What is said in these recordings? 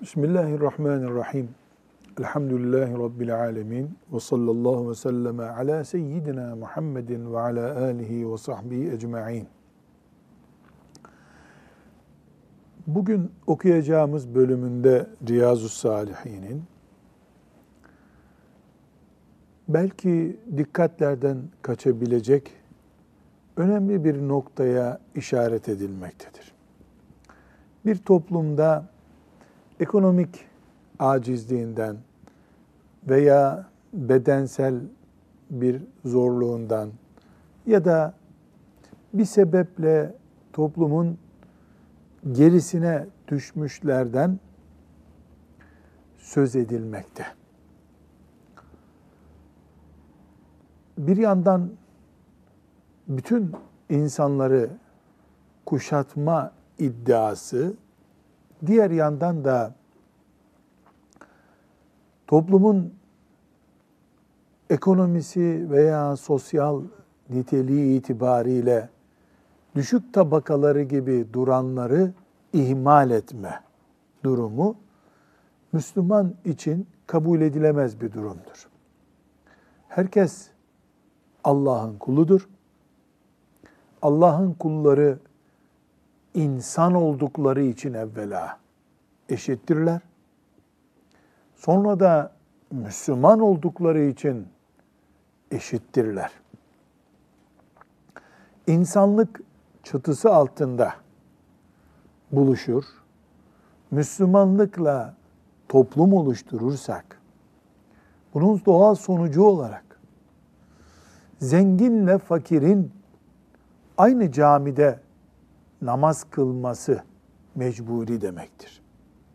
Bismillahirrahmanirrahim. Elhamdülillahi Rabbil alemin. Ve sallallahu ve selleme ala seyyidina Muhammedin ve ala alihi ve sahbihi ecma'in. Bugün okuyacağımız bölümünde Riyazu's-Salihin'in belki dikkatlerden kaçabilecek önemli bir noktaya işaret edilmektedir. Bir toplumda ekonomik acizliğinden veya bedensel bir zorluğundan ya da bir sebeple toplumun gerisine düşmüşlerden söz edilmekte. Bir yandan bütün insanları kuşatma iddiası, diğer yandan da toplumun ekonomisi veya sosyal niteliği itibariyle düşük tabakaları gibi duranları ihmal etme durumu Müslüman için kabul edilemez bir durumdur. Herkes Allah'ın kuludur. Allah'ın kulları insan oldukları için evvela eşittirler. Sonra da Müslüman oldukları için eşittirler. İnsanlık çatısı altında buluşur, Müslümanlıkla toplum oluşturursak, bunun doğal sonucu olarak zenginle fakirin aynı camide namaz kılması mecburi demektir.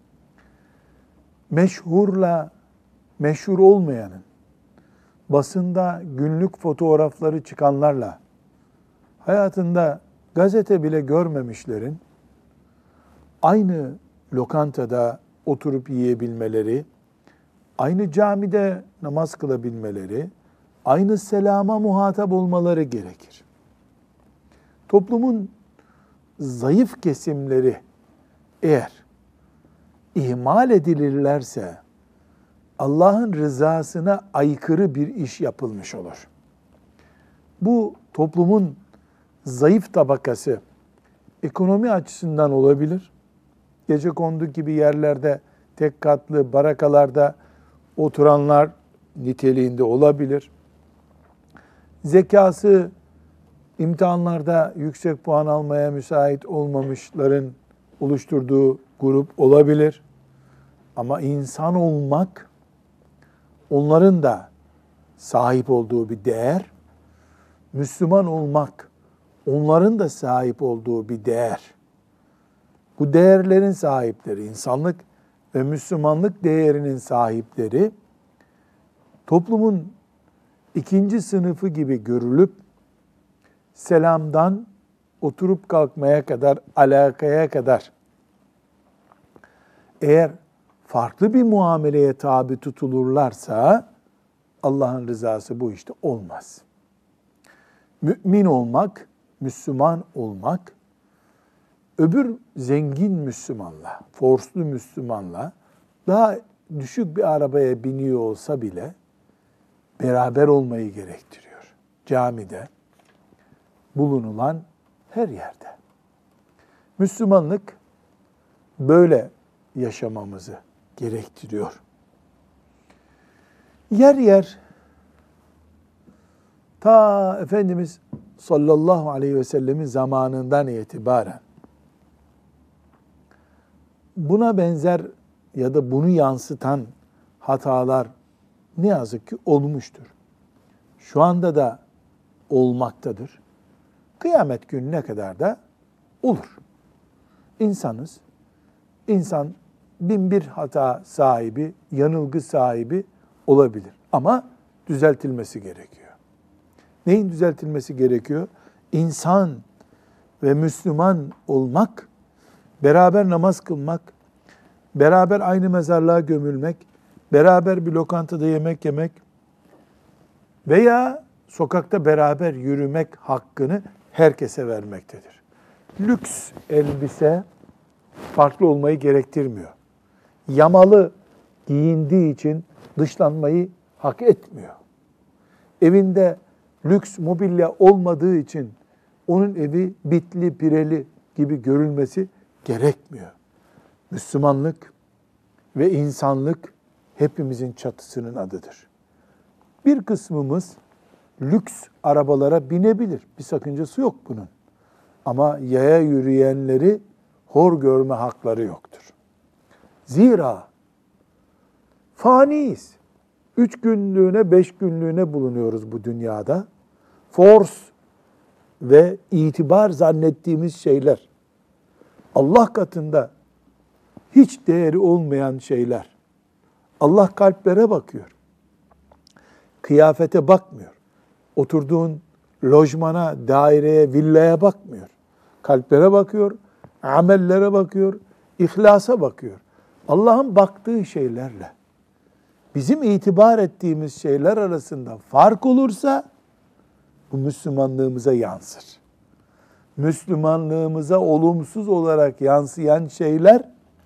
Meşhurla meşhur olmayanın, basında günlük fotoğrafları çıkanlarla, hayatında gazete bile görmemişlerin, aynı lokantada oturup yiyebilmeleri, aynı camide namaz kılabilmeleri, aynı selama muhatap olmaları gerekir. Toplumun zayıf kesimleri eğer ihmal edilirlerse Allah'ın rızasına aykırı bir iş yapılmış olur. Bu toplumun zayıf tabakası ekonomi açısından olabilir. Gecekondu gibi yerlerde, tek katlı barakalarda oturanlar niteliğinde olabilir. Zekası imtihanlarda yüksek puan almaya müsait olmamışların oluşturduğu grup olabilir. Ama insan olmak, onların da sahip olduğu bir değer. Müslüman olmak, onların da sahip olduğu bir değer. Bu değerlerin sahipleri, insanlık ve Müslümanlık değerinin sahipleri, toplumun ikinci sınıfı gibi görülüp, selamdan oturup kalkmaya kadar, alakaya kadar, eğer farklı bir muameleye tabi tutulurlarsa, Allah'ın rızası bu işte olmaz. Mümin olmak, Müslüman olmak, öbür zengin Müslümanla, forslu Müslümanla, daha düşük bir arabaya biniyor olsa bile, beraber olmayı gerektiriyor. Camide, bulunulan her yerde. Müslümanlık böyle yaşamamızı gerektiriyor. Yer yer ta Efendimiz sallallahu aleyhi ve sellemin zamanından itibaren buna benzer ya da bunu yansıtan hatalar ne yazık ki olmuştur. Şu anda da olmaktadır. Kıyamet gününe kadar da olur. İnsanız. İnsan bin bir hata sahibi, yanılgı sahibi olabilir. Ama düzeltilmesi gerekiyor. Neyin düzeltilmesi gerekiyor? İnsan ve Müslüman olmak, beraber namaz kılmak, beraber aynı mezarlığa gömülmek, beraber bir lokantada yemek yemek veya sokakta beraber yürümek hakkını herkese vermektedir. Lüks elbise farklı olmayı gerektirmiyor. yamalı giyindiği için dışlanmayı hak etmiyor. Evinde lüks mobilya olmadığı için onun evi bitli, pireli gibi görülmesi gerekmiyor. Müslümanlık ve insanlık hepimizin çatısının adıdır. Bir kısmımız lüks arabalara binebilir. Bir sakıncası yok bunun. Ama yaya yürüyenleri hor görme hakları yoktur. Zira faniyiz. 3 günlüğüne, 5 günlüğüne bulunuyoruz bu dünyada. Force ve itibar zannettiğimiz şeyler, Allah katında hiç değeri olmayan şeyler. Allah kalplere bakıyor. Kıyafete bakmıyor. Oturduğun lojmana, daireye, villaya bakmıyor. Kalplere bakıyor, amellere bakıyor, ihlasa bakıyor. Allah'ın baktığı şeylerle bizim itibar ettiğimiz şeyler arasında fark olursa bu Müslümanlığımıza yansır. Müslümanlığımıza olumsuz olarak yansıyan şeyler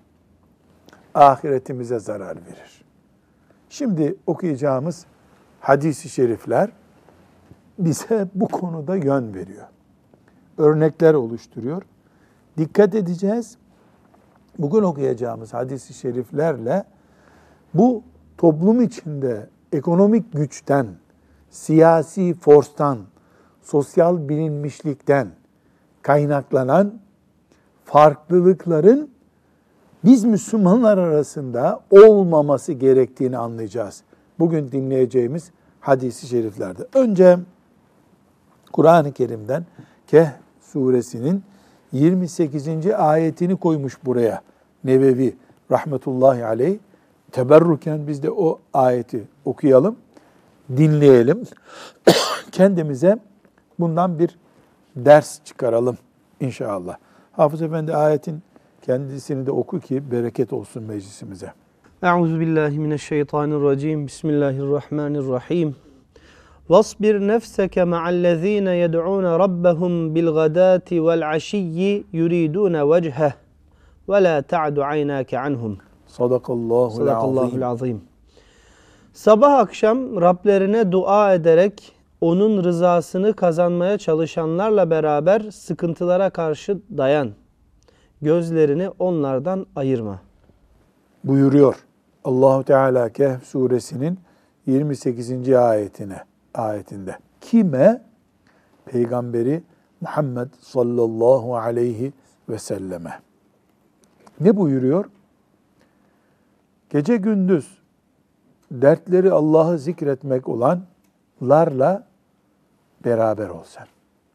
ahiretimize zarar verir. Şimdi okuyacağımız hadis-i şerifler bize bu konuda yön veriyor. Örnekler oluşturuyor. Dikkat edeceğiz. Bugün okuyacağımız hadis-i şeriflerle bu toplum içinde ekonomik güçten, siyasi forstan, sosyal bilinmişlikten kaynaklanan farklılıkların biz Müslümanlar arasında olmaması gerektiğini anlayacağız. Bugün dinleyeceğimiz hadis-i şeriflerde. Önce Kur'an-ı Kerim'den Kehf suresinin 28. ayetini koymuş buraya Nevevi rahmetullahi aleyh. Teberruken biz de o ayeti okuyalım, dinleyelim. Kendimize bundan bir ders çıkaralım inşallah. Hafız Efendi ayetin kendisini de oku ki bereket olsun meclisimize. Euzubillahimineşşeytanirracim. Bismillahirrahmanirrahim. وَاصْبِرْ نَفْسَكَ مَعَ الَّذ۪ينَ يَدْعُونَ رَبَّهُمْ بِالْغَدَاةِ وَالْعَشِيِّ يُرِيدُونَ وَجْهَهُ وَلَا تَعْدُ عَيْنَاكَ عَنْهُمْ. Sadakallahu'l azim. Sabah akşam Rablerine dua ederek onun rızasını kazanmaya çalışanlarla beraber sıkıntılara karşı dayan. Gözlerini onlardan ayırma. Buyuruyor Allah-u Teala Kehf suresinin 28. ayetinde. Kime? Peygamberi Muhammed sallallahu aleyhi ve selleme. Ne buyuruyor? Gece gündüz dertleri Allah'ı zikretmek olanlarla beraber ol sen.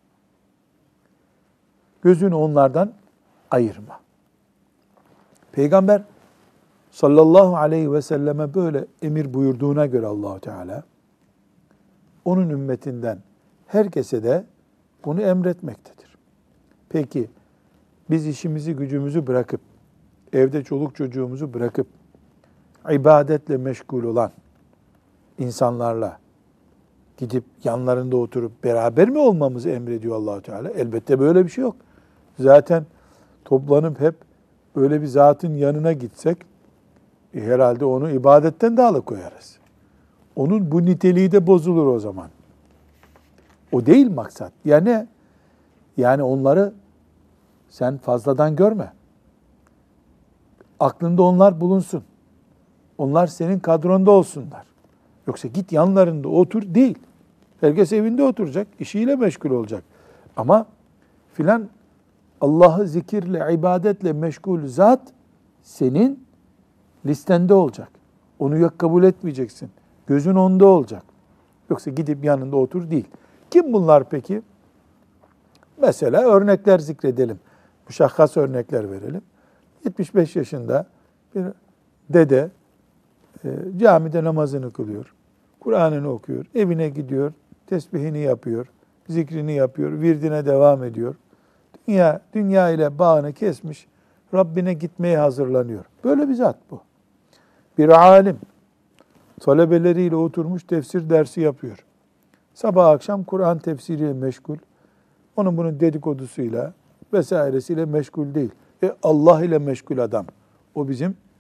Gözünü onlardan ayırma. Peygamber sallallahu aleyhi ve selleme böyle emir buyurduğuna göre Allah-u Teala onun ümmetinden herkese de bunu emretmektedir. Peki biz işimizi gücümüzü bırakıp evde çoluk çocuğumuzu bırakıp ibadetle meşgul olan insanlarla gidip yanlarında oturup beraber mi olmamızı emrediyor Allah-u Teala? Elbette böyle bir şey yok. Zaten toplanıp hep öyle bir zatın yanına gitsek herhalde onu ibadetten de alıkoyarız. Onun bu niteliği de bozulur o zaman. O değil maksat. Yani onları sen fazladan görme. Aklında onlar bulunsun. Onlar senin kadronda olsunlar. Yoksa git yanlarında otur değil. Herkes evinde oturacak, işiyle meşgul olacak. Ama filan Allah'ı zikirle, ibadetle meşgul zat senin listende olacak. Onu yok kabul etmeyeceksin. Gözün onda olacak. Yoksa gidip yanında otur değil. Kim bunlar peki? Mesela örnekler zikredelim. Müşahhas örnekler verelim. 75 yaşında bir dede camide namazını kılıyor. Kur'an'ını okuyor. Evine gidiyor. Tesbihini yapıyor. Zikrini yapıyor. Virdine devam ediyor. Dünya ile bağını kesmiş. Rabbine gitmeye hazırlanıyor. Böyle bir zat bu. Bir alim. Talebeleriyle oturmuş tefsir dersi yapıyor. Sabah akşam Kur'an tefsiriyle meşgul. Onun bunun dedikodusuyla vesairesiyle meşgul değil. Allah ile meşgul adam. O bizim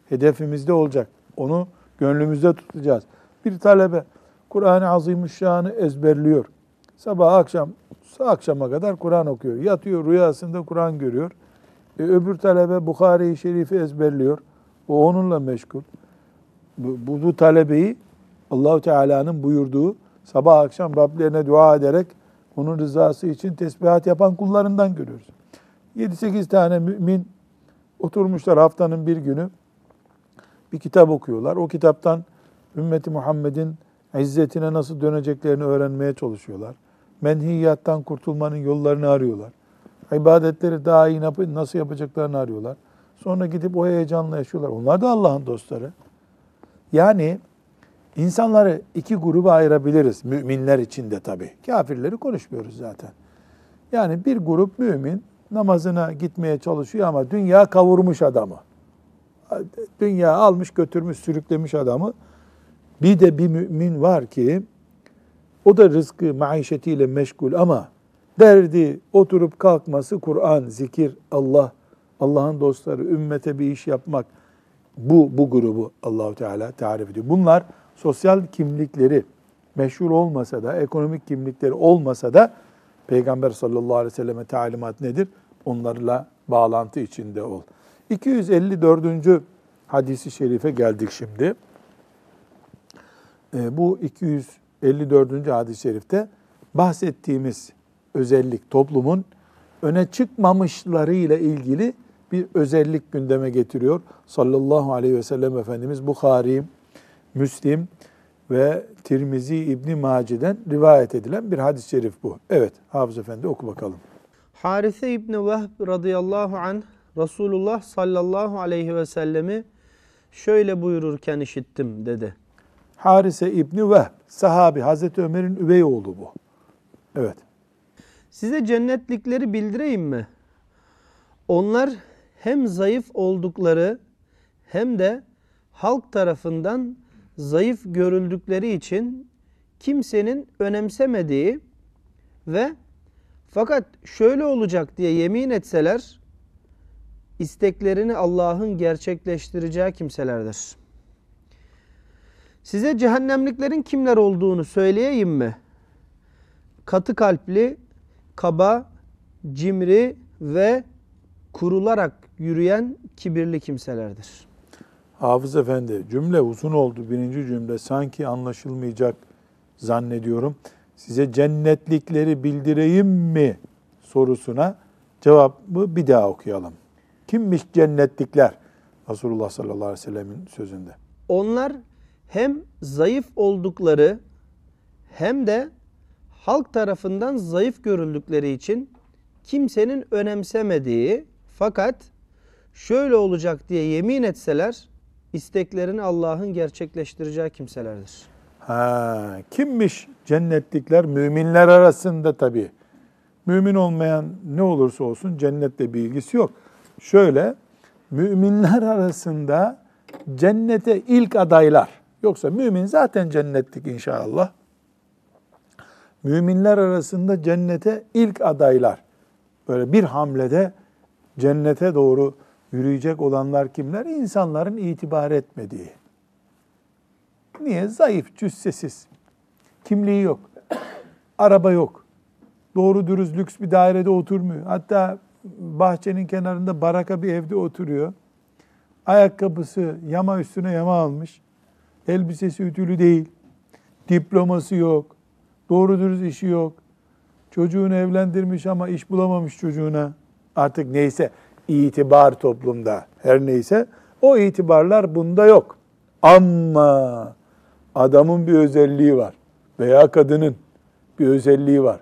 hedefimizde olacak. Onu gönlümüzde tutacağız. Bir talebe Kur'an-ı Azimüşşan'ı ezberliyor. Sabah akşama kadar Kur'an okuyor. Yatıyor, rüyasında Kur'an görüyor. Öbür talebe Bukhari-i Şerif'i ezberliyor. O onunla meşgul. Bu talebeyi Allah-u Teala'nın buyurduğu sabah akşam Rablerine dua ederek onun rızası için tesbihat yapan kullarından görüyoruz. 7-8 tane mümin oturmuşlar haftanın bir günü bir kitap okuyorlar. O kitaptan ümmeti Muhammed'in izzetine nasıl döneceklerini öğrenmeye çalışıyorlar. Menhiyattan kurtulmanın yollarını arıyorlar. İbadetleri daha iyi nasıl yapacaklarını arıyorlar. Sonra gidip o heyecanla yaşıyorlar. Onlar da Allah'ın dostları. Yani insanları iki gruba ayırabiliriz. Müminler içinde tabii. Kafirleri konuşmuyoruz zaten. Yani bir grup mümin namazına gitmeye çalışıyor ama dünya kavurmuş adamı. Dünya almış götürmüş sürüklemiş adamı. Bir de bir mümin var ki o da rızkı maişetiyle meşgul ama derdi oturup kalkması Kur'an, zikir, Allah'ın dostları, ümmete bir iş yapmak. Bu grubu Allahu Teala tarif ediyor. Bunlar sosyal kimlikleri meşhur olmasa da, ekonomik kimlikleri olmasa da Peygamber sallallahu aleyhi ve selleme talimat nedir? Onlarla bağlantı içinde ol. 254. hadisi şerife geldik şimdi. Bu 254. hadis-i şerifte bahsettiğimiz özellik toplumun öne çıkmamışlarıyla ilgili bir özellik gündeme getiriyor. Sallallahu aleyhi ve sellem Efendimiz Bukhari, Müslim ve Tirmizi İbn Mace'den rivayet edilen bir hadis-i şerif bu. Evet, Hafız Efendi oku bakalım. Harise İbni Vehb radıyallahu anh Resulullah sallallahu aleyhi ve sellemi şöyle buyururken işittim dedi. Harise İbni Vehb, sahabi, Hazreti Ömer'in üvey oğlu bu. Evet. Size cennetlikleri bildireyim mi? Onlar hem zayıf oldukları hem de halk tarafından zayıf görüldükleri için kimsenin önemsemediği ve fakat şöyle olacak diye yemin etseler isteklerini Allah'ın gerçekleştireceği kimselerdir. Size cehennemliklerin kimler olduğunu söyleyeyim mi? Katı kalpli, kaba, cimri ve kurularak yürüyen kibirli kimselerdir. Hafız Efendi, cümle uzun oldu. Birinci cümle sanki anlaşılmayacak zannediyorum. Size cennetlikleri bildireyim mi sorusuna cevabı bir daha okuyalım. Kimmiş cennetlikler? Resulullah sallallahu aleyhi ve sellemin sözünde. Onlar hem zayıf oldukları hem de halk tarafından zayıf görüldükleri için kimsenin önemsemediği fakat şöyle olacak diye yemin etseler isteklerini Allah'ın gerçekleştireceği kimselerdir. Kimmiş cennetlikler? Müminler arasında tabii. Mümin olmayan ne olursa olsun cennetle bir ilgisi yok. Şöyle, müminler arasında cennete ilk adaylar. Yoksa mümin zaten cennetlik inşallah. Müminler arasında cennete ilk adaylar. Böyle bir hamlede cennete doğru yürüyecek olanlar kimler? İnsanların itibar etmediği. Niye? Zayıf, cüssesiz. Kimliği yok. Araba yok. Doğru dürüst lüks bir dairede oturmuyor. Hatta bahçenin kenarında baraka bir evde oturuyor. Ayakkabısı yama üstüne yama almış. Elbisesi ütülü değil. Diploması yok. Doğru dürüst işi yok. Çocuğunu evlendirmiş ama iş bulamamış çocuğuna. Artık neyse itibar toplumda her neyse o itibarlar bunda yok. Ama adamın bir özelliği var veya kadının bir özelliği var.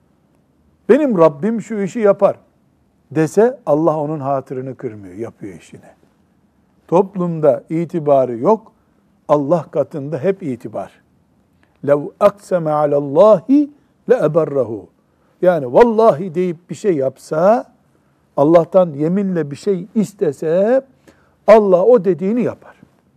Benim Rabbim şu işi yapar dese Allah onun hatırını kırmıyor, yapıyor işini. Toplumda itibarı yok, Allah katında hep itibar. لَوْ أَقْسَمَ عَلَى اللّٰهِ لَأَبَرَّهُ. Yani vallahi deyip bir şey yapsa, Allah'tan yeminle bir şey istese, Allah o dediğini yapar.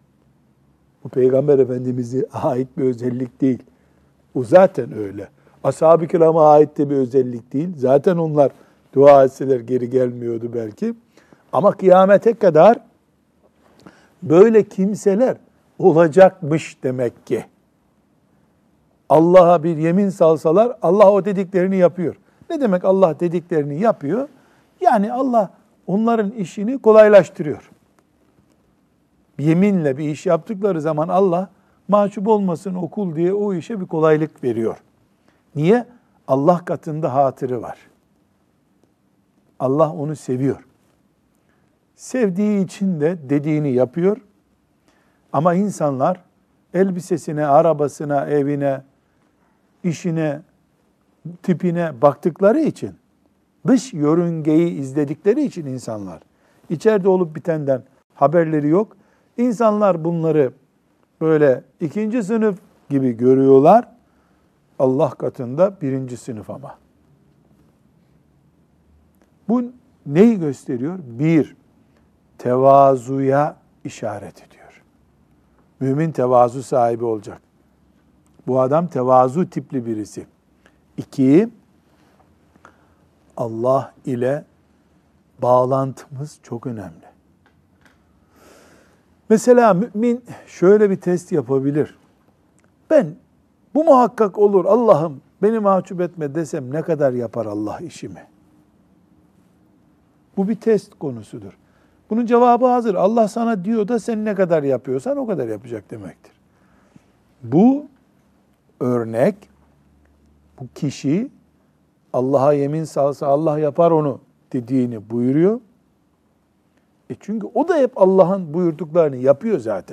Bu Peygamber Efendimiz'e ait bir özellik değil. O zaten öyle. Ashab-ı kirama ait de bir özellik değil. Zaten onlar dua etseler geri gelmiyordu belki. Ama kıyamete kadar Böyle kimseler olacakmış demek ki. Allah'a bir yemin salsalar Allah o dediklerini yapıyor. Ne demek Allah dediklerini yapıyor? Yani Allah onların işini kolaylaştırıyor. Yeminle bir iş yaptıkları zaman Allah mahcup olmasın o kul diye o işe bir kolaylık veriyor. Niye? Allah katında hatırı var. Allah onu seviyor. Sevdiği için de dediğini yapıyor. Ama insanlar elbisesine, arabasına, evine, işine, tipine baktıkları için, dış yörüngeyi izledikleri için insanlar, içeride olup bitenden haberleri yok. İnsanlar bunları böyle ikinci sınıf gibi görüyorlar. Allah katında birinci sınıf ama. Bu neyi gösteriyor? Bir, tevazuya işaret ediyor. Mümin tevazu sahibi olacak. Bu adam tevazu tipli birisi. İki, Allah ile bağlantımız çok önemli. Mesela mümin şöyle bir test yapabilir. Ben bu muhakkak olur Allah'ım beni mahcup etme desem ne kadar yapar Allah işimi? Bu bir test konusudur. Bunun cevabı hazır. Allah sana diyor da sen ne kadar yapıyorsan o kadar yapacak demektir. Bu örnek, bu kişi Allah'a yemin salsa Allah yapar onu dediğini buyuruyor. Çünkü o da hep Allah'ın buyurduklarını yapıyor zaten.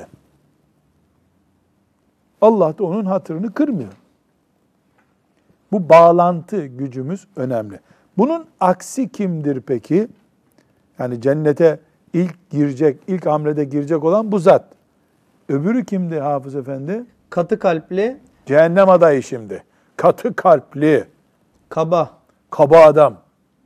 Allah da onun hatırını kırmıyor. Bu bağlantı gücümüz önemli. Bunun aksi kimdir peki? Yani cennete ilk hamlede girecek olan bu zat. Öbürü kimdi Hafız Efendi? Katı kalpli, Cehennem adayı şimdi. Katı kalpli, kaba, kaba adam,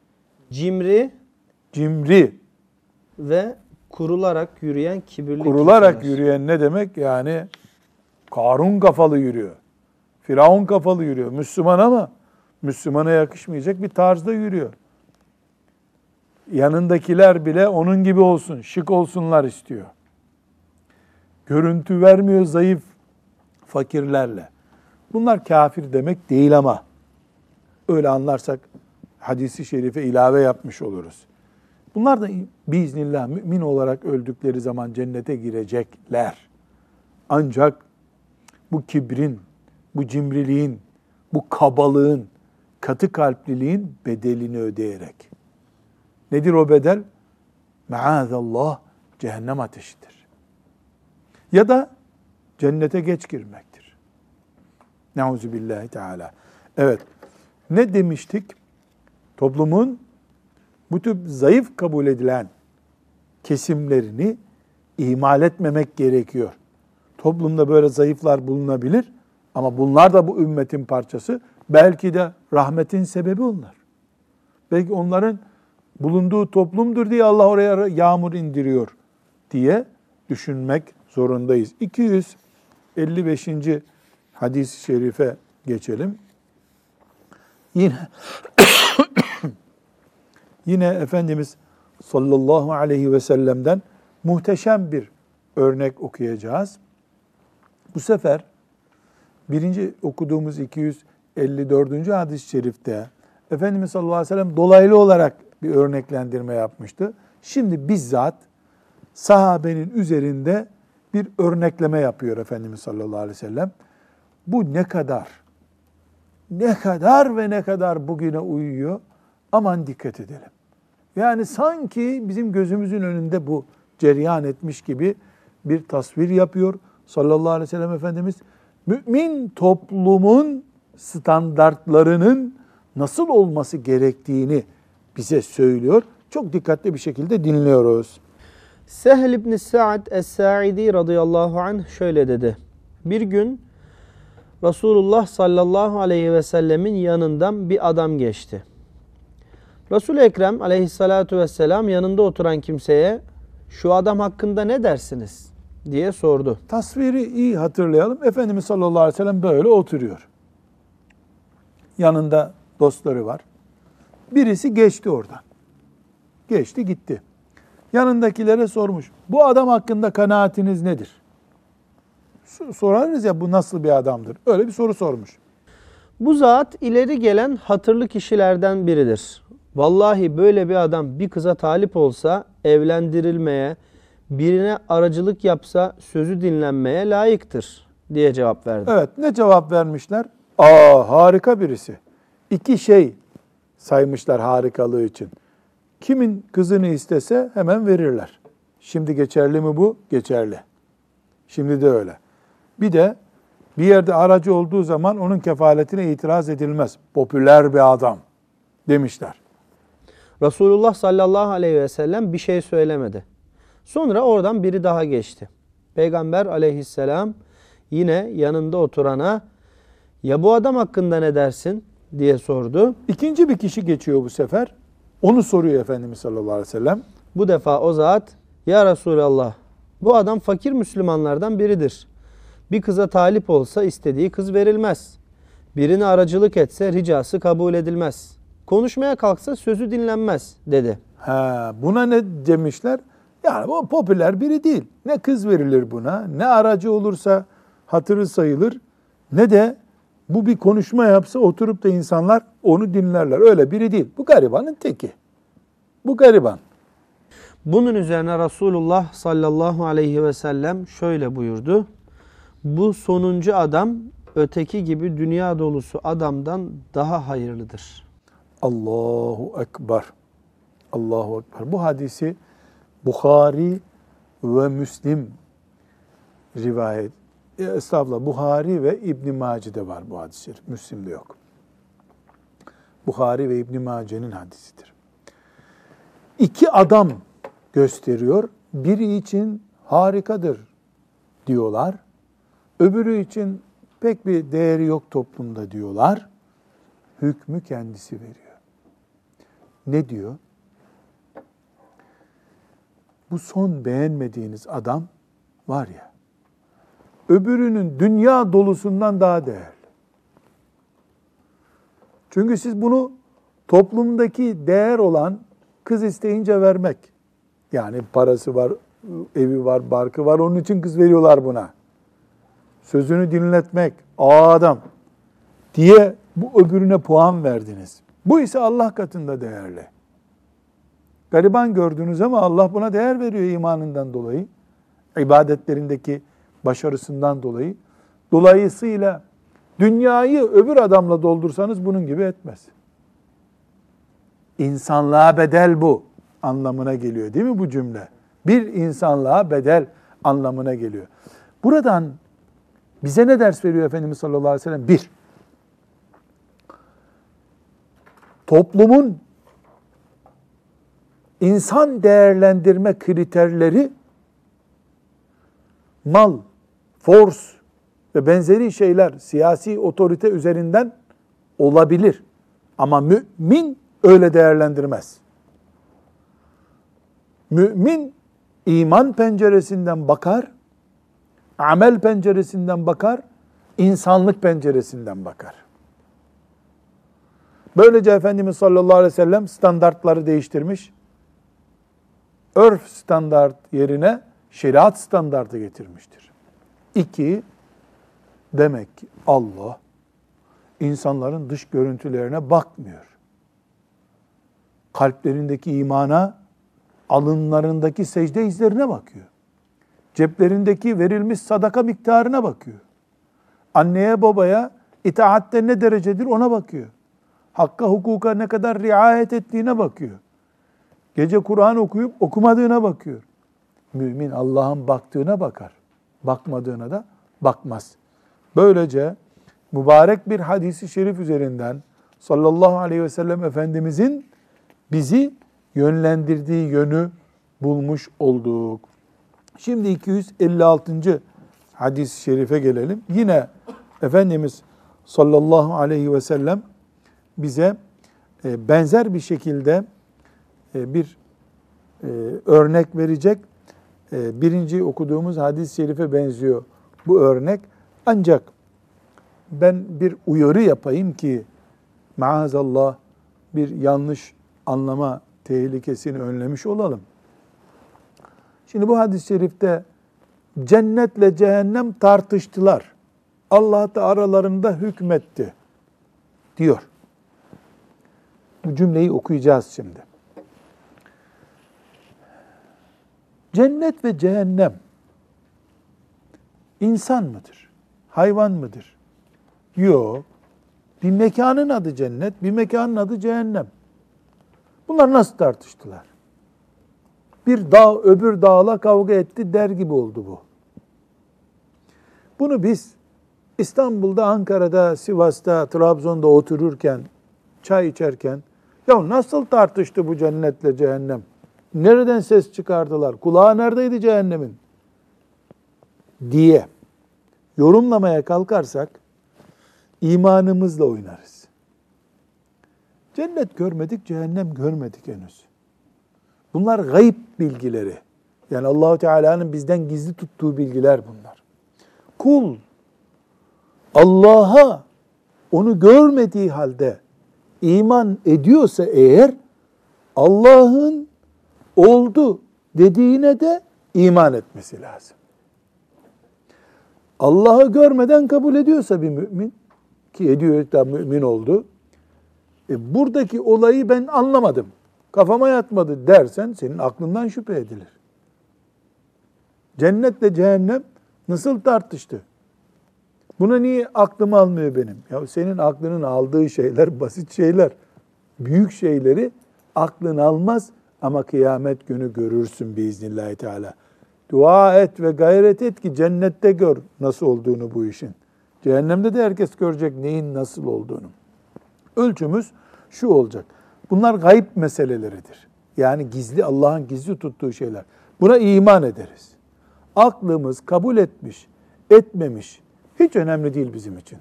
cimri cimri, ve kurularak yürüyen kibirli kurularak kimseler. yürüyen ne demek? Yani Karun kafalı yürüyor. Firavun kafalı yürüyor. Müslüman ama Müslümana yakışmayacak bir tarzda yürüyor. Yanındakiler bile onun gibi olsun, şık olsunlar istiyor. Görüntü vermiyor zayıf fakirlerle. Bunlar kafir demek değil ama öyle anlarsak hadisi şerife ilave yapmış oluruz. Bunlar da biiznillah mümin olarak öldükleri zaman cennete girecekler. Ancak bu kibrin, bu cimriliğin, bu kabalığın, katı kalpliliğin bedelini ödeyerek. Nedir o bedel? Maazallah cehennem ateşidir. Ya da cennete geç girmektir. Neuzubillahi Teala. Evet. Ne demiştik? Toplumun bu tür zayıf kabul edilen kesimlerini ihmal etmemek gerekiyor. Toplumda böyle zayıflar bulunabilir ama bunlar da bu ümmetin parçası. Belki de rahmetin sebebi onlar. Belki onların bulunduğu toplumdur diye Allah oraya yağmur indiriyor diye düşünmek zorundayız. 255. hadis-i şerife geçelim. Yine Efendimiz sallallahu aleyhi ve sellem'den muhteşem bir örnek okuyacağız. Bu sefer birinci okuduğumuz 254. hadis-i şerifte Efendimiz sallallahu aleyhi ve sellem dolaylı olarak bir örneklendirme yapmıştı. Şimdi bizzat sahabenin üzerinde bir örnekleme yapıyor Efendimiz sallallahu aleyhi ve sellem. Bu ne kadar ve ne kadar bugüne uyuyor? Aman dikkat edelim. Yani sanki bizim gözümüzün önünde bu cereyan etmiş gibi bir tasvir yapıyor sallallahu aleyhi ve sellem Efendimiz. Mümin toplumun standartlarının nasıl olması gerektiğini bize söylüyor. Çok dikkatli bir şekilde dinliyoruz. Sehl ibn Sa'd es-Sa'idi radıyallahu anh şöyle dedi. Bir gün Resulullah sallallahu aleyhi ve sellemin yanından bir adam geçti. Resul-i Ekrem aleyhissalatu vesselam yanında oturan kimseye şu adam hakkında ne dersiniz diye sordu. Tasviri iyi hatırlayalım. Efendimiz sallallahu aleyhi ve sellem böyle oturuyor. Yanında dostları var. Birisi geçti oradan. Geçti gitti. yanındakilere sormuş. Bu adam hakkında kanaatiniz nedir? Sorarız ya, bu nasıl bir adamdır? Öyle bir soru sormuş. Bu zat ileri gelen hatırlı kişilerden biridir. Vallahi böyle bir adam bir kıza talip olsa evlendirilmeye, birine aracılık yapsa sözü dinlenmeye layıktır diye cevap verdi. Evet, ne cevap vermişler? Harika birisi. 2 şey saymışlar harikalığı için. Kimin kızını istese hemen verirler. Şimdi geçerli mi bu? Geçerli. Şimdi de öyle. Bir de bir yerde aracı olduğu zaman onun kefaletine itiraz edilmez. Popüler bir adam demişler. Resulullah sallallahu aleyhi ve sellem bir şey söylemedi. Sonra oradan biri daha geçti. Peygamber aleyhisselam yine yanında oturana ya bu adam hakkında ne dersin diye sordu. İkinci bir kişi geçiyor bu sefer. Onu soruyor Efendimiz sallallahu aleyhi ve sellem. Bu defa o zat ya Resulallah bu adam fakir Müslümanlardan biridir. Bir kıza talip olsa istediği kız verilmez. Birine aracılık etse ricası kabul edilmez. Konuşmaya kalksa sözü dinlenmez dedi. Buna ne demişler? Yani bu popüler biri değil. Ne kız verilir buna, ne aracı olursa hatırı sayılır, ne de bu bir konuşma yapsa oturup da insanlar onu dinlerler. Öyle biri değil. Bu garibanın teki. Bu gariban. Bunun üzerine Resulullah sallallahu aleyhi ve sellem şöyle buyurdu. Bu sonuncu adam öteki gibi dünya dolusu adamdan daha hayırlıdır. Allahu Ekber. Allahu Ekber. Bu hadisi Bukhari ve Müslim rivayet. Estağfurullah. Bukhari ve İbn Mace'de var bu hadis-i şerif. Müslim'de yok. Bukhari ve İbn Mace'nin hadisidir. 2 adam gösteriyor. Biri için harikadır diyorlar. Öbürü için pek bir değeri yok toplumda diyorlar. Hükmü kendisi veriyor. Ne diyor? Bu son beğenmediğiniz adam var ya, öbürünün dünya dolusundan daha değerli. Çünkü siz bunu toplumdaki değer olan kız isteyince vermek. Yani parası var, evi var, barkı var, onun için kız veriyorlar buna. Sözünü dinletmek, adam diye bu öbürüne puan verdiniz. Bu ise Allah katında değerli. Gariban gördünüz ama Allah buna değer veriyor imanından dolayı. İbadetlerindeki başarısından dolayı. Dolayısıyla dünyayı öbür adamla doldursanız bunun gibi etmez. İnsanlığa bedel bu anlamına geliyor değil mi bu cümle? Bir insanlığa bedel anlamına geliyor. Buradan bize ne ders veriyor Efendimiz sallallahu aleyhi ve sellem? 1. Toplumun insan değerlendirme kriterleri mal, force ve benzeri şeyler siyasi otorite üzerinden olabilir. Ama mümin öyle değerlendirmez. Mümin iman penceresinden bakar, amel penceresinden bakar, insanlık penceresinden bakar. Böylece Efendimiz sallallahu aleyhi ve sellem standartları değiştirmiş. Örf standart yerine şeriat standartı getirmiştir. 2, demek ki Allah insanların dış görüntülerine bakmıyor. Kalplerindeki imana, alınlarındaki secde izlerine bakıyor. Ceplerindeki verilmiş sadaka miktarına bakıyor. Anneye babaya itaatte ne derecedir ona bakıyor. Hakka hukuka ne kadar riayet ettiğine bakıyor. Gece Kur'an okuyup okumadığına bakıyor. Mümin Allah'ın baktığına bakar. Bakmadığına da bakmaz. Böylece mübarek bir hadisi şerif üzerinden sallallahu aleyhi ve sellem Efendimizin bizi yönlendirdiği yönü bulmuş olduk. Şimdi 256. hadis-i şerife gelelim. Yine Efendimiz sallallahu aleyhi ve sellem bize benzer bir şekilde bir örnek verecek. Birinci okuduğumuz hadis-i şerife benziyor bu örnek. Ancak ben bir uyarı yapayım ki maazallah bir yanlış anlama tehlikesini önlemiş olalım. Şimdi bu hadis-i şerifte cennetle cehennem tartıştılar. Allah da aralarında hükmetti diyor. Bu cümleyi okuyacağız şimdi. Cennet ve cehennem insan mıdır? Hayvan mıdır? Yok. Bir mekanın adı cennet, bir mekanın adı cehennem. Bunlar nasıl tartıştılar? Bir dağ öbür dağla kavga etti der gibi oldu bu. Bunu biz İstanbul'da, Ankara'da, Sivas'ta, Trabzon'da otururken, çay içerken, ya nasıl tartıştı bu cennetle cehennem? Nereden ses çıkardılar? Kulağı neredeydi cehennemin? Diye yorumlamaya kalkarsak imanımızla oynarız. Cennet görmedik, cehennem görmedik henüz. Bunlar gayb bilgileri. Yani Allah-u Teala'nın bizden gizli tuttuğu bilgiler bunlar. Kul Allah'a onu görmediği halde iman ediyorsa eğer, Allah'ın oldu dediğine de iman etmesi lazım. Allah'ı görmeden kabul ediyorsa bir mümin, ki ediyor da mümin oldu, buradaki olayı ben anlamadım, kafama yatmadı dersen senin aklından şüphe edilir. Cennetle cehennem nasıl tartıştı? Buna niye aklım almıyor benim? Ya senin aklının aldığı şeyler basit şeyler. Büyük şeyleri aklın almaz ama kıyamet günü görürsün biiznillahü teala. Dua et ve gayret et ki cennette gör nasıl olduğunu bu işin. Cehennemde de herkes görecek neyin nasıl olduğunu. Ölçümüz şu olacak. Bunlar gayb meseleleridir. Yani gizli, Allah'ın gizli tuttuğu şeyler. Buna iman ederiz. Aklımız kabul etmiş, etmemiş hiç önemli değil bizim için.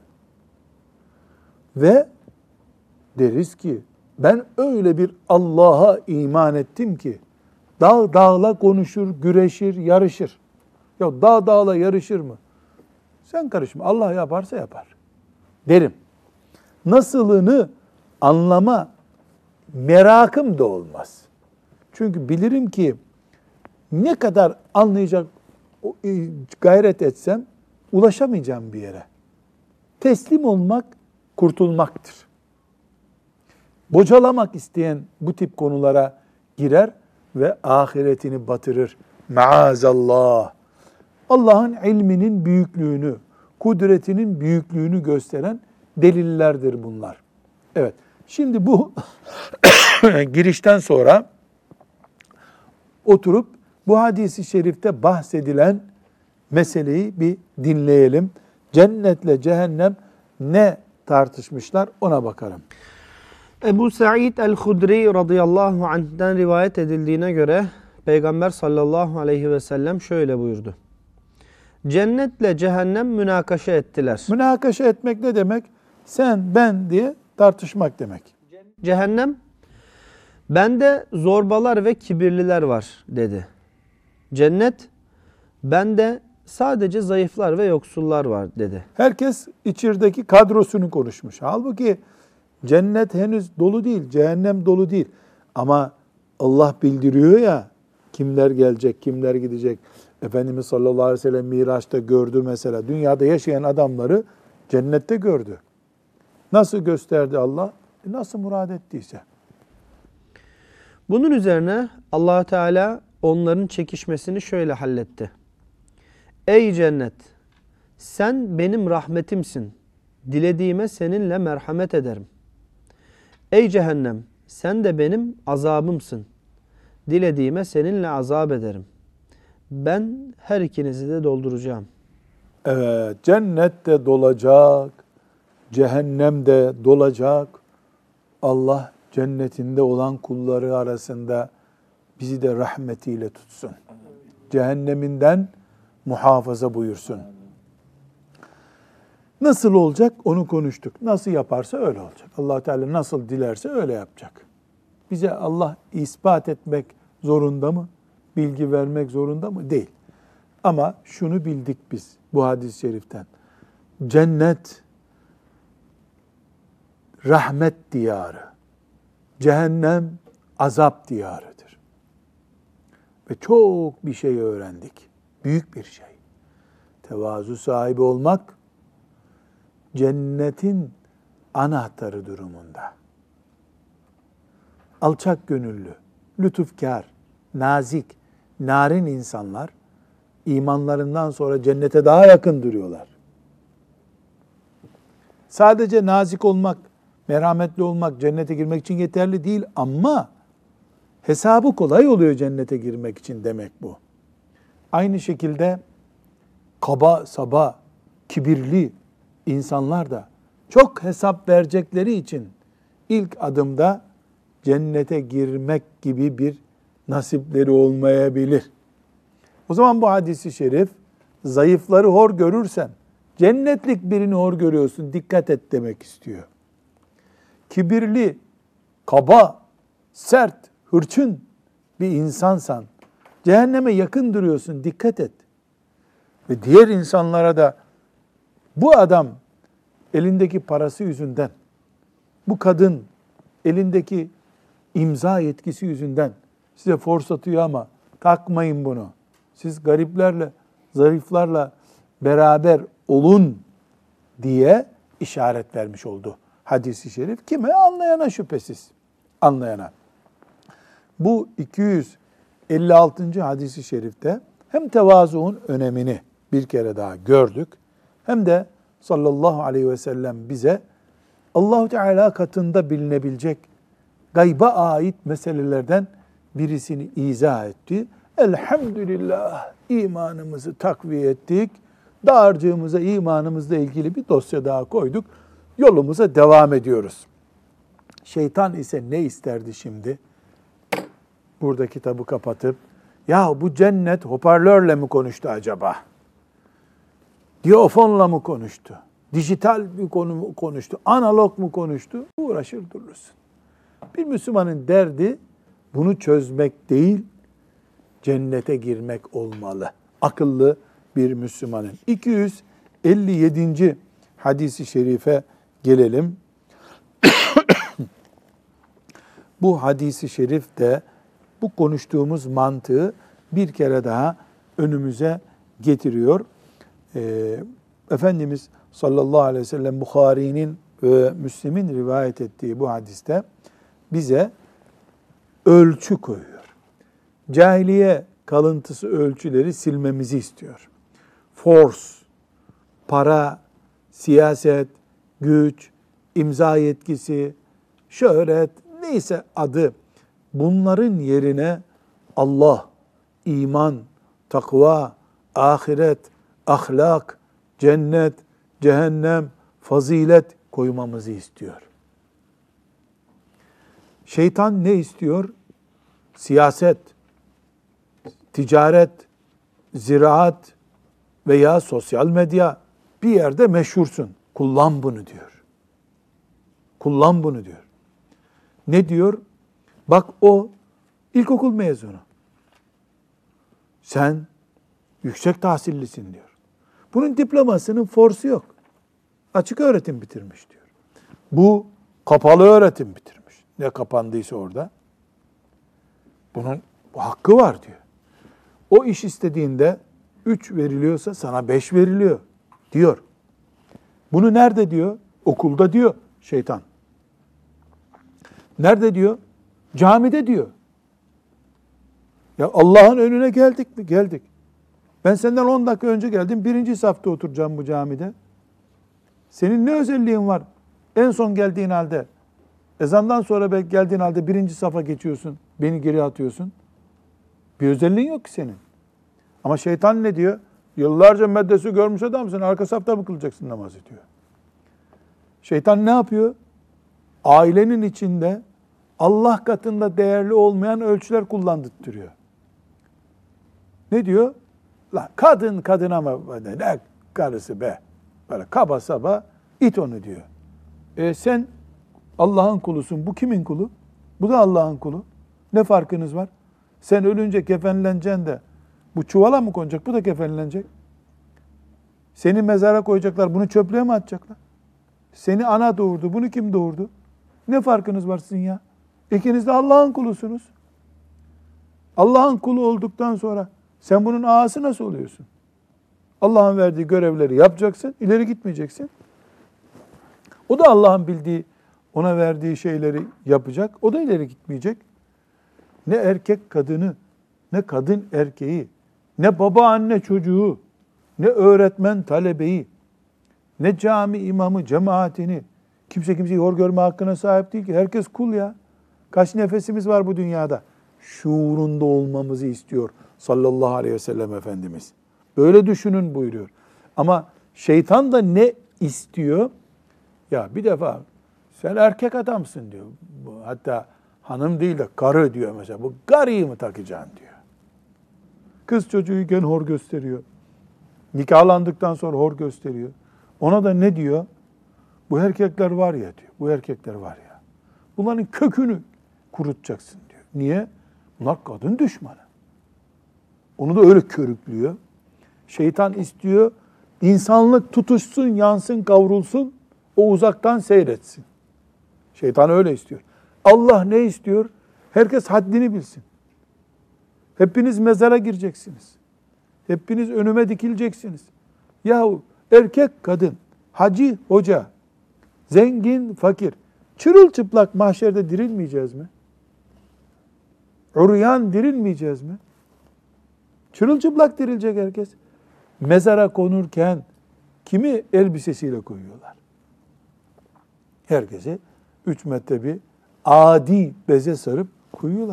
Ve deriz ki ben öyle bir Allah'a iman ettim ki dağ dağla konuşur, güreşir, yarışır. Ya dağ dağla yarışır mı? Sen karışma. Allah yaparsa yapar derim. Nasılını anlama merakım da olmaz. Çünkü bilirim ki ne kadar anlayacak gayret etsem ulaşamayacağım bir yere. Teslim olmak kurtulmaktır. Bocalamak isteyen bu tip konulara girer ve ahiretini batırır. Maazallah. Allah'ın ilminin büyüklüğünü, kudretinin büyüklüğünü gösteren delillerdir bunlar. Evet. Şimdi bu girişten sonra oturup bu hadis-i şerifte bahsedilen meseleyi bir dinleyelim. Cennetle cehennem ne tartışmışlar ona bakalım. Ebu Sa'id el-Hudri radıyallahu anh'den rivayet edildiğine göre Peygamber sallallahu aleyhi ve sellem şöyle buyurdu. Cennetle cehennem münakaşa ettiler. Münakaşa etmek ne demek? Sen, ben diye tartışmak demek. Cehennem, bende zorbalar ve kibirliler var dedi. Cennet, bende sadece zayıflar ve yoksullar var dedi. Herkes içerideki kadrosunu konuşmuş. Halbuki cennet henüz dolu değil, cehennem dolu değil. Ama Allah bildiriyor ya, kimler gelecek, kimler gidecek. Efendimiz sallallahu aleyhi ve sellem Miraç'ta gördü mesela. Dünyada yaşayan adamları cennette gördü. Nasıl gösterdi Allah? Nasıl murad ettiyse. Bunun üzerine Allah Teala onların çekişmesini şöyle halletti. Ey cennet! Sen benim rahmetimsin. Dilediğime seninle merhamet ederim. Ey cehennem! Sen de benim azabımsın. Dilediğime seninle azap ederim. Ben her ikinizi de dolduracağım. Evet, cennet de dolacak, cehennem de dolacak. Allah cennetinde olan kulları arasında bizi de rahmetiyle tutsun. Cehenneminden muhafaza buyursun. Nasıl olacak onu konuştuk. Nasıl yaparsa öyle olacak. Allah Teala nasıl dilerse öyle yapacak. Bize Allah ispat etmek zorunda mı? Bilgi vermek zorunda mı? Değil. Ama şunu bildik biz bu hadis-i şeriften. Cennet rahmet diyarı. Cehennem azap diyarıdır. ve çok bir şey öğrendik. Büyük bir şey. Tevazu sahibi olmak cennetin anahtarı durumunda. Alçak gönüllü, lütufkar, nazik, narin insanlar imanlarından sonra cennete daha yakın duruyorlar. Sadece nazik olmak, merhametli olmak cennete girmek için yeterli değil ama hesabı kolay oluyor cennete girmek için demek bu. Aynı şekilde kaba, saba, kibirli insanlar da çok hesap verecekleri için ilk adımda cennete girmek gibi bir nasipleri olmayabilir. O zaman bu hadisi şerif, zayıfları hor görürsen, cennetlik birini hor görüyorsun, dikkat et demek istiyor. Kibirli, kaba, sert, hırçın bir insansan, cehenneme yakın duruyorsun, dikkat et. Ve diğer insanlara da bu adam elindeki parası yüzünden, bu kadın elindeki imza yetkisi yüzünden size fors atıyor ama takmayın bunu. Siz gariplerle, zariflarla beraber olun diye işaret vermiş oldu hadis-i şerif. Kime? Anlayana şüphesiz. Anlayana. Bu 256. hadis-i şerifte hem tevazuun önemini bir kere daha gördük, hem de sallallahu aleyhi ve sellem bize Allah-u Teala katında bilinebilecek gayba ait meselelerden birisini izah etti. Elhamdülillah imanımızı takviye ettik. Dağarcığımıza imanımızla ilgili bir dosya daha koyduk. Yolumuza devam ediyoruz. Şeytan ise ne isterdi şimdi? Burada kitabı kapatıp, ya bu cennet hoparlörle mi konuştu acaba? Diyafonla mı konuştu? Dijital bir konu mu konuştu? Analog mu konuştu? Uğraşır durursun. Bir Müslümanın derdi bunu çözmek değil, cennete girmek olmalı. Akıllı bir Müslümanın. 257. hadisi şerife gelelim. Bu hadisi şerif de bu konuştuğumuz mantığı bir kere daha önümüze getiriyor. Efendimiz sallallahu aleyhi ve sellem Bukhari'nin ve Müslim'in rivayet ettiği bu hadiste bize ölçü koyuyor. Cahiliye kalıntısı ölçüleri silmemizi istiyor. Force, para, siyaset, güç, imza yetkisi, şöhret, neyse adı, bunların yerine Allah, iman, takva, ahiret, ahlak, cennet, cehennem, fazilet koymamızı istiyor. Şeytan ne istiyor? Siyaset, ticaret, ziraat veya sosyal medya, bir yerde meşhursun. Kullan bunu diyor. Kullan bunu diyor. Ne diyor? Bak o ilkokul mezunu. Sen yüksek tahsillisin diyor. Bunun diplomasının forsu yok. Açık öğretim bitirmiş diyor. Bu kapalı öğretim bitirmiş. Ne kapandıysa orada. Bunun hakkı var diyor. O iş istediğinde 3 veriliyorsa sana 5 veriliyor diyor. Bunu nerede diyor? Okulda diyor şeytan. Nerede diyor? Camide diyor. Ya Allah'ın önüne geldik mi? Geldik. Ben senden 10 dakika önce geldim. 1. safta oturacağım bu camide. Senin ne özelliğin var? En son geldiğin halde, ezandan sonra belki geldiğin halde 1. safa geçiyorsun. Beni geri atıyorsun. Bir özelliğin yok ki senin. Ama şeytan ne diyor? Yıllarca meddesi görmüş adamsın. Arka safta mı kılacaksın namazı diyor. Şeytan ne yapıyor? Ailenin içinde Allah katında değerli olmayan ölçüler kullandırtıyor. Ne diyor? La kadın kadına mı? Ne karısı be? Böyle kaba saba it onu diyor. Sen Allah'ın kulusun. Bu kimin kulu? Bu da Allah'ın kulu. Ne farkınız var? Sen ölünce kefenleneceksin de bu çuvala mı konacak? Bu da kefenlenecek. Seni mezara koyacaklar. Bunu çöplüğe mi atacaklar? Seni ana doğurdu. Bunu kim doğurdu? Ne farkınız var sizin ya? İkiniz de Allah'ın kulusunuz. Allah'ın kulu olduktan sonra sen bunun ağası nasıl oluyorsun? Allah'ın verdiği görevleri yapacaksın, ileri gitmeyeceksin. O da Allah'ın bildiği, ona verdiği şeyleri yapacak, o da ileri gitmeyecek. Ne erkek kadını, ne kadın erkeği, ne baba anne çocuğu, ne öğretmen talebeyi, ne cami imamı cemaatini, kimse kimseyi hor görme hakkına sahip değil ki. Herkes kul ya. Kaç nefesimiz var bu dünyada? Şuurunda olmamızı istiyor sallallahu aleyhi ve sellem Efendimiz. Böyle düşünün buyuruyor. Ama şeytan da ne istiyor? Ya bir defa sen erkek adamsın diyor. Hatta hanım değil de karı diyor mesela. Bu karıyı mı takacaksın diyor. Kız çocuğuyken hor gösteriyor. Nikahlandıktan sonra hor gösteriyor. Ona da ne diyor? Bu erkekler var ya diyor. Bu erkekler var ya. Bunların kökünü kurutacaksın diyor. Niye? Bunlar kadın düşmanı. Onu da öyle körüklüyor. Şeytan istiyor, insanlık tutuşsun, yansın, kavrulsun, o uzaktan seyretsin. Şeytan öyle istiyor. Allah ne istiyor? Herkes haddini bilsin. Hepiniz mezara gireceksiniz. Hepiniz önüme dikileceksiniz. Yahu erkek, kadın, hacı, hoca, zengin, fakir, çırılçıplak mahşerde dirilmeyeceğiz mi? Uryan dirilmeyeceğiz mi? Çırılçıplak dirilecek herkes. Mezara konurken kimi elbisesiyle koyuyorlar? Herkesi 3 metre bir adi beze sarıp koyuyorlar.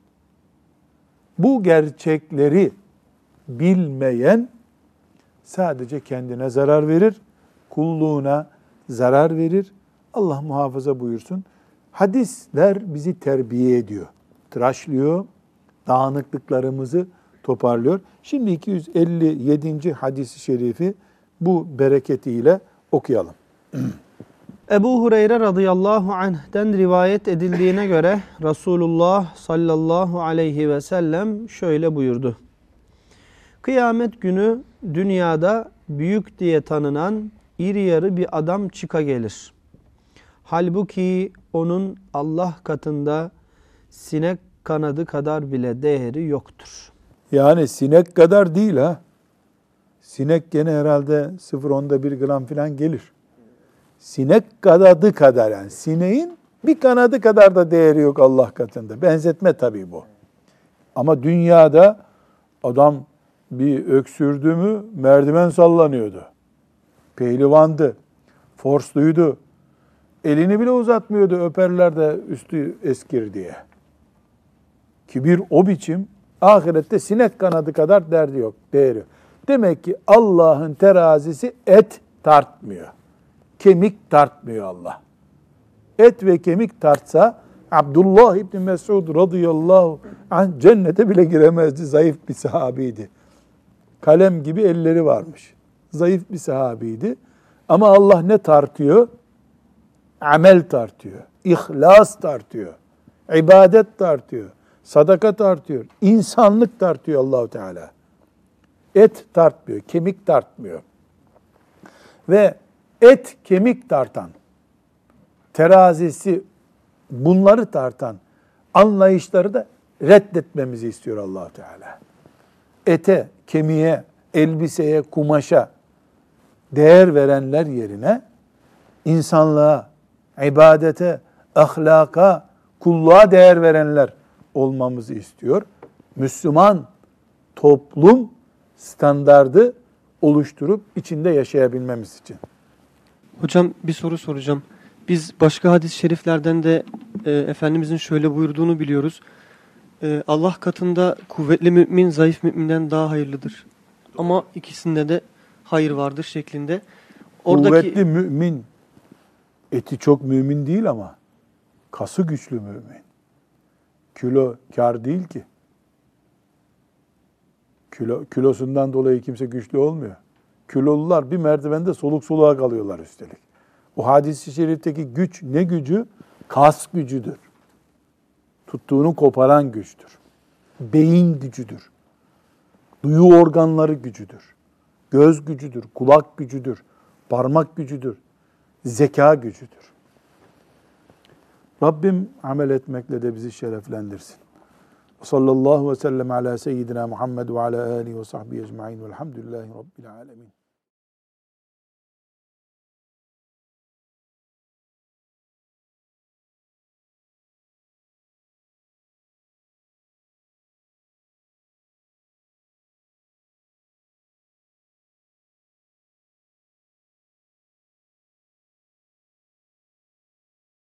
Bu gerçekleri bilmeyen sadece kendine zarar verir, kulluğuna zarar verir. Allah muhafaza buyursun. Hadisler bizi terbiye ediyor, tıraşlıyor, dağınıklıklarımızı toparlıyor. Şimdi 257. hadis-i şerifi bu bereketiyle okuyalım. Ebu Hureyre radıyallahu anh'den rivayet edildiğine göre Resulullah sallallahu aleyhi ve sellem şöyle buyurdu. Kıyamet günü dünyada büyük diye tanınan iri yarı bir adam çıka gelir. Halbuki onun Allah katında sinek kanadı kadar bile değeri yoktur. Yani sinek kadar değil ha. Sinek gene herhalde 0,1 gram falan gelir. Sinek kanadı kadar yani. Sineğin bir kanadı kadar da değeri yok Allah katında. Benzetme tabii bu. Ama dünyada adam bir öksürdü mü merdiven sallanıyordu. Pehlivandı, forsluydu. Elini bile uzatmıyordu öperler de üstü eskir diye. Kibir o biçim. Ahirette sinek kanadı kadar derdi yok, değeri yok. Demek ki Allah'ın terazisi et tartmıyor. Kemik tartmıyor Allah. Et ve kemik tartsa Abdullah İbni Mesud radıyallahu anh cennete bile giremezdi. Zayıf bir sahabiydi. Kalem gibi elleri varmış. Zayıf bir sahabiydi. Ama Allah ne tartıyor? Amel tartıyor. İhlas tartıyor. İbadet tartıyor. Sadaka tartıyor. İnsanlık tartıyor Allah-u Teala. Et tartmıyor, kemik tartmıyor. Ve et, kemik tartan, terazisi bunları tartan anlayışları da reddetmemizi istiyor Allah Teala. Ete, kemiğe, elbiseye, kumaşa değer verenler yerine insanlığa, ibadete, ahlaka, kulluğa değer verenler olmamızı istiyor. Müslüman toplum standardı oluşturup içinde yaşayabilmemiz için. Hocam bir soru soracağım. Biz başka hadis-i şeriflerden de Efendimizin şöyle buyurduğunu biliyoruz. Allah katında kuvvetli mümin zayıf müminden daha hayırlıdır. Ama ikisinde de hayır vardır şeklinde. Kuvvetli mümin, eti çok mümin değil ama kası güçlü mümin. Kilo kar değil ki. Kilosundan dolayı kimse güçlü olmuyor. Kilolular bir merdivende soluk soluğa kalıyorlar üstelik. O hadis-i şerifteki güç ne gücü? Kas gücüdür. Tuttuğunu koparan güçtür. Beyin gücüdür. Duyu organları gücüdür. Göz gücüdür, kulak gücüdür, parmak gücüdür, zeka gücüdür. Rabbim amel etmekle de bizi şereflendirsin. Sallallahu ve sellem ala seyyidina Muhammed ve ala alihi ve sahbihi ecma'in velhamdülillahi rabbil alemin.